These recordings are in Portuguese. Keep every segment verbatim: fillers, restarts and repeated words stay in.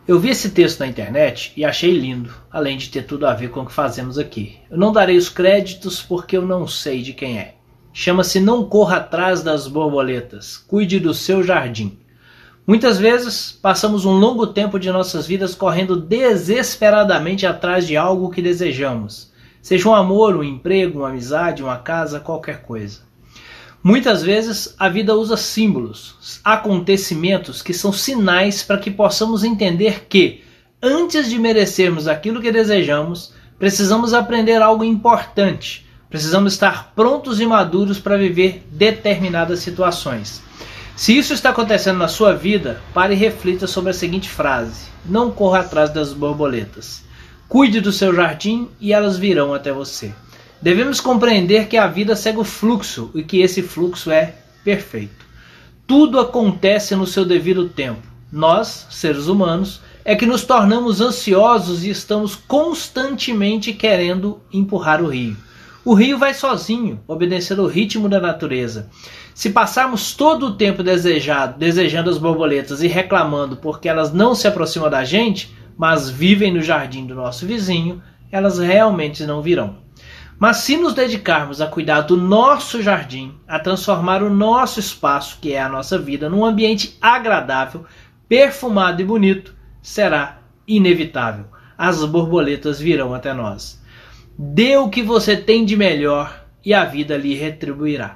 Eu vi esse texto na internet e achei lindo, além de ter tudo a ver com o que fazemos aqui. Eu não darei os créditos porque eu não sei de quem é. Chama-se Não Corra Atrás das Borboletas, cuide do seu jardim. Muitas vezes passamos um longo tempo de nossas vidas correndo desesperadamente atrás de algo que desejamos. Seja um amor, um emprego, uma amizade, uma casa, qualquer coisa. Muitas vezes a vida usa símbolos, acontecimentos que são sinais para que possamos entender que, antes de merecermos aquilo que desejamos, precisamos aprender algo importante. Precisamos estar prontos e maduros para viver determinadas situações. Se isso está acontecendo na sua vida, pare e reflita sobre a seguinte frase: não corra atrás das borboletas. Cuide do seu jardim e elas virão até você. Devemos compreender que a vida segue o fluxo e que esse fluxo é perfeito. Tudo acontece no seu devido tempo. Nós, seres humanos, é que nos tornamos ansiosos e estamos constantemente querendo empurrar o rio. O rio vai sozinho, obedecendo o ritmo da natureza. Se passarmos todo o tempo desejado, desejando as borboletas e reclamando porque elas não se aproximam da gente, mas vivem no jardim do nosso vizinho, elas realmente não virão. Mas se nos dedicarmos a cuidar do nosso jardim, a transformar o nosso espaço, que é a nossa vida, num ambiente agradável, perfumado e bonito, será inevitável. As borboletas virão até nós. Dê o que você tem de melhor e a vida lhe retribuirá.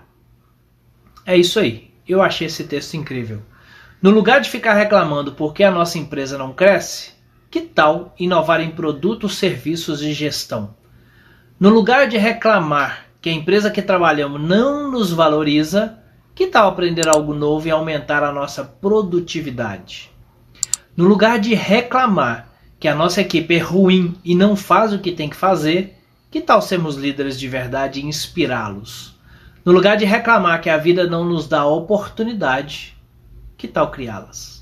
É isso aí. Eu achei esse texto incrível. No lugar de ficar reclamando porque a nossa empresa não cresce, que tal inovar em produtos, serviços e gestão? No lugar de reclamar que a empresa que trabalhamos não nos valoriza, que tal aprender algo novo e aumentar a nossa produtividade? No lugar de reclamar que a nossa equipe é ruim e não faz o que tem que fazer, que tal sermos líderes de verdade e inspirá-los? No lugar de reclamar que a vida não nos dá oportunidade, que tal criá-las?